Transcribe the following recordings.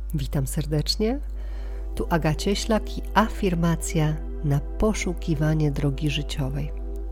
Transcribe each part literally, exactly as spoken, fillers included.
Witam serdecznie. Tu Aga Cieślak i afirmacja na poszukiwanie drogi życiowej.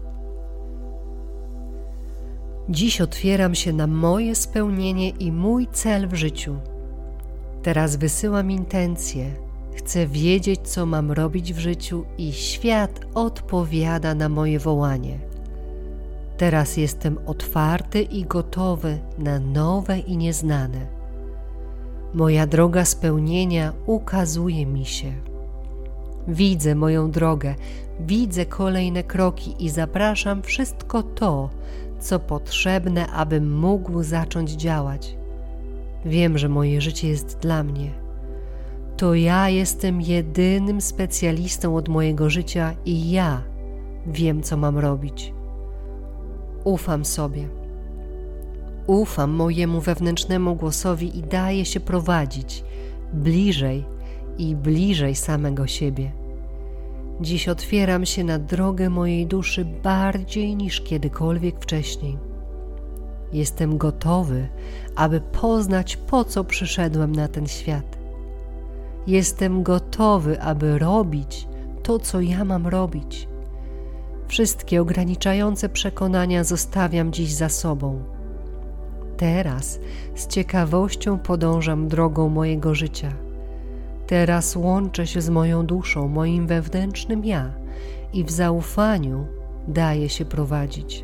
Dziś otwieram się na moje spełnienie i mój cel w życiu. Teraz wysyłam intencje. Chcę wiedzieć, co mam robić w życiu i świat odpowiada na moje wołanie. Teraz jestem otwarty i gotowy na nowe i nieznane. Moja droga spełnienia ukazuje mi się. Widzę moją drogę, widzę kolejne kroki i zapraszam wszystko to, co potrzebne, abym mógł zacząć działać. Wiem, że moje życie jest dla mnie. To ja jestem jedynym specjalistą od mojego życia i ja wiem, co mam robić. Ufam sobie. Ufam mojemu wewnętrznemu głosowi i daję się prowadzić bliżej i bliżej samego siebie. Dziś otwieram się na drogę mojej duszy bardziej niż kiedykolwiek wcześniej. Jestem gotowy, aby poznać, po co przyszedłem na ten świat. Jestem gotowy, aby robić to, co ja mam robić. Wszystkie ograniczające przekonania zostawiam dziś za sobą. Teraz z ciekawością podążam drogą mojego życia. Teraz łączę się z moją duszą, moim wewnętrznym ja i w zaufaniu daję się prowadzić.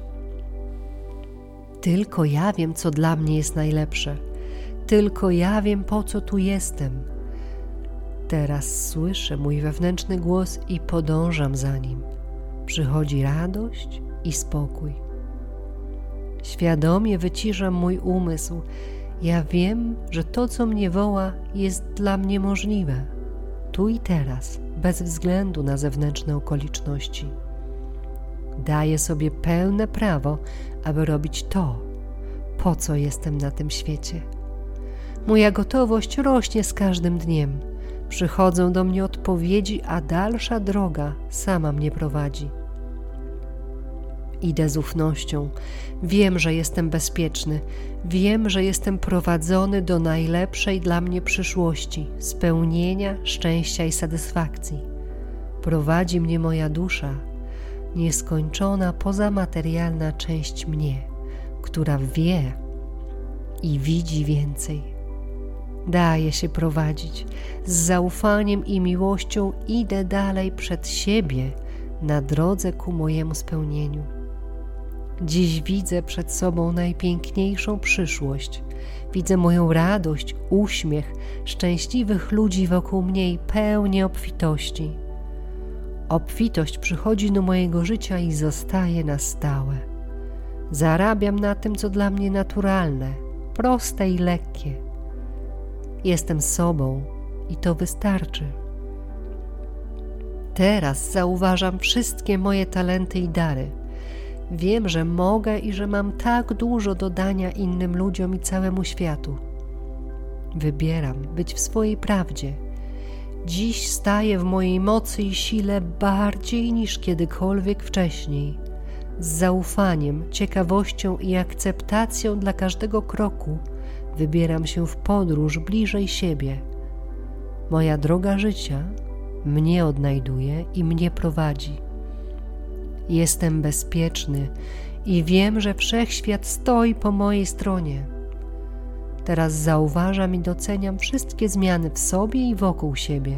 Tylko ja wiem, co dla mnie jest najlepsze. Tylko ja wiem, po co tu jestem. Teraz słyszę mój wewnętrzny głos i podążam za nim. Przychodzi radość i spokój. Świadomie wyciszam mój umysł. Ja wiem, że to, co mnie woła, jest dla mnie możliwe. Tu i teraz, bez względu na zewnętrzne okoliczności. Daję sobie pełne prawo, aby robić to, po co jestem na tym świecie. Moja gotowość rośnie z każdym dniem. Przychodzą do mnie odpowiedzi, a dalsza droga sama mnie prowadzi. Idę z ufnością. Wiem, że jestem bezpieczny. Wiem, że jestem prowadzony do najlepszej dla mnie przyszłości, spełnienia, szczęścia i satysfakcji. Prowadzi mnie moja dusza, nieskończona pozamaterialna część mnie, która wie i widzi więcej. Daję się prowadzić. Z zaufaniem i miłością idę dalej przed siebie na drodze ku mojemu spełnieniu. Dziś widzę przed sobą najpiękniejszą przyszłość. Widzę moją radość, uśmiech, szczęśliwych ludzi wokół mnie i pełnię obfitości. Obfitość przychodzi do mojego życia i zostaje na stałe. Zarabiam na tym, co dla mnie naturalne, proste i lekkie. Jestem sobą i to wystarczy. Teraz zauważam wszystkie moje talenty i dary. Wiem, że mogę i że mam tak dużo do dania innym ludziom i całemu światu. Wybieram być w swojej prawdzie. Dziś staję w mojej mocy i sile bardziej niż kiedykolwiek wcześniej. Z zaufaniem, ciekawością i akceptacją dla każdego kroku wybieram się w podróż bliżej siebie. Moja droga życia mnie odnajduje i mnie prowadzi. Jestem bezpieczny i wiem, że wszechświat stoi po mojej stronie. Teraz zauważam i doceniam wszystkie zmiany w sobie i wokół siebie.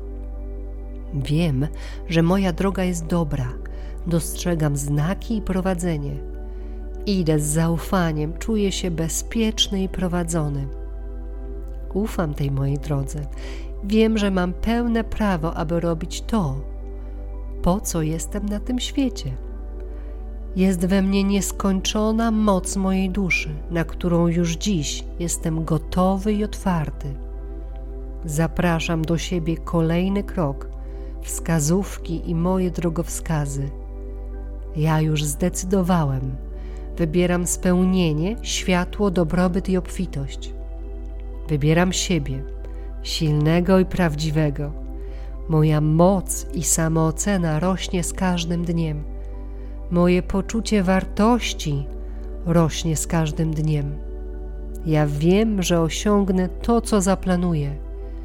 Wiem, że moja droga jest dobra. Dostrzegam znaki i prowadzenie. Idę z zaufaniem, czuję się bezpieczny i prowadzony. Ufam tej mojej drodze. Wiem, że mam pełne prawo, aby robić to, po co jestem na tym świecie. Jest we mnie nieskończona moc mojej duszy, na którą już dziś jestem gotowy i otwarty. Zapraszam do siebie kolejny krok, wskazówki i moje drogowskazy. Ja już zdecydowałem. Wybieram spełnienie, światło, dobrobyt i obfitość. Wybieram siebie, silnego i prawdziwego. Moja moc i samoocena rośnie z każdym dniem. Moje poczucie wartości rośnie z każdym dniem. Ja wiem, że osiągnę to, co zaplanuję.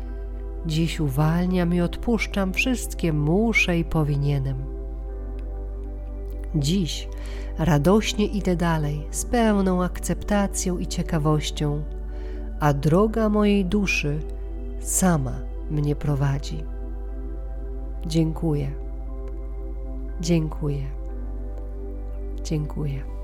Dziś uwalniam i odpuszczam wszystkie muszę i powinienem. Dziś radośnie idę dalej z pełną akceptacją i ciekawością, a droga mojej duszy sama mnie prowadzi. Dziękuję. Dziękuję. Dziękuję.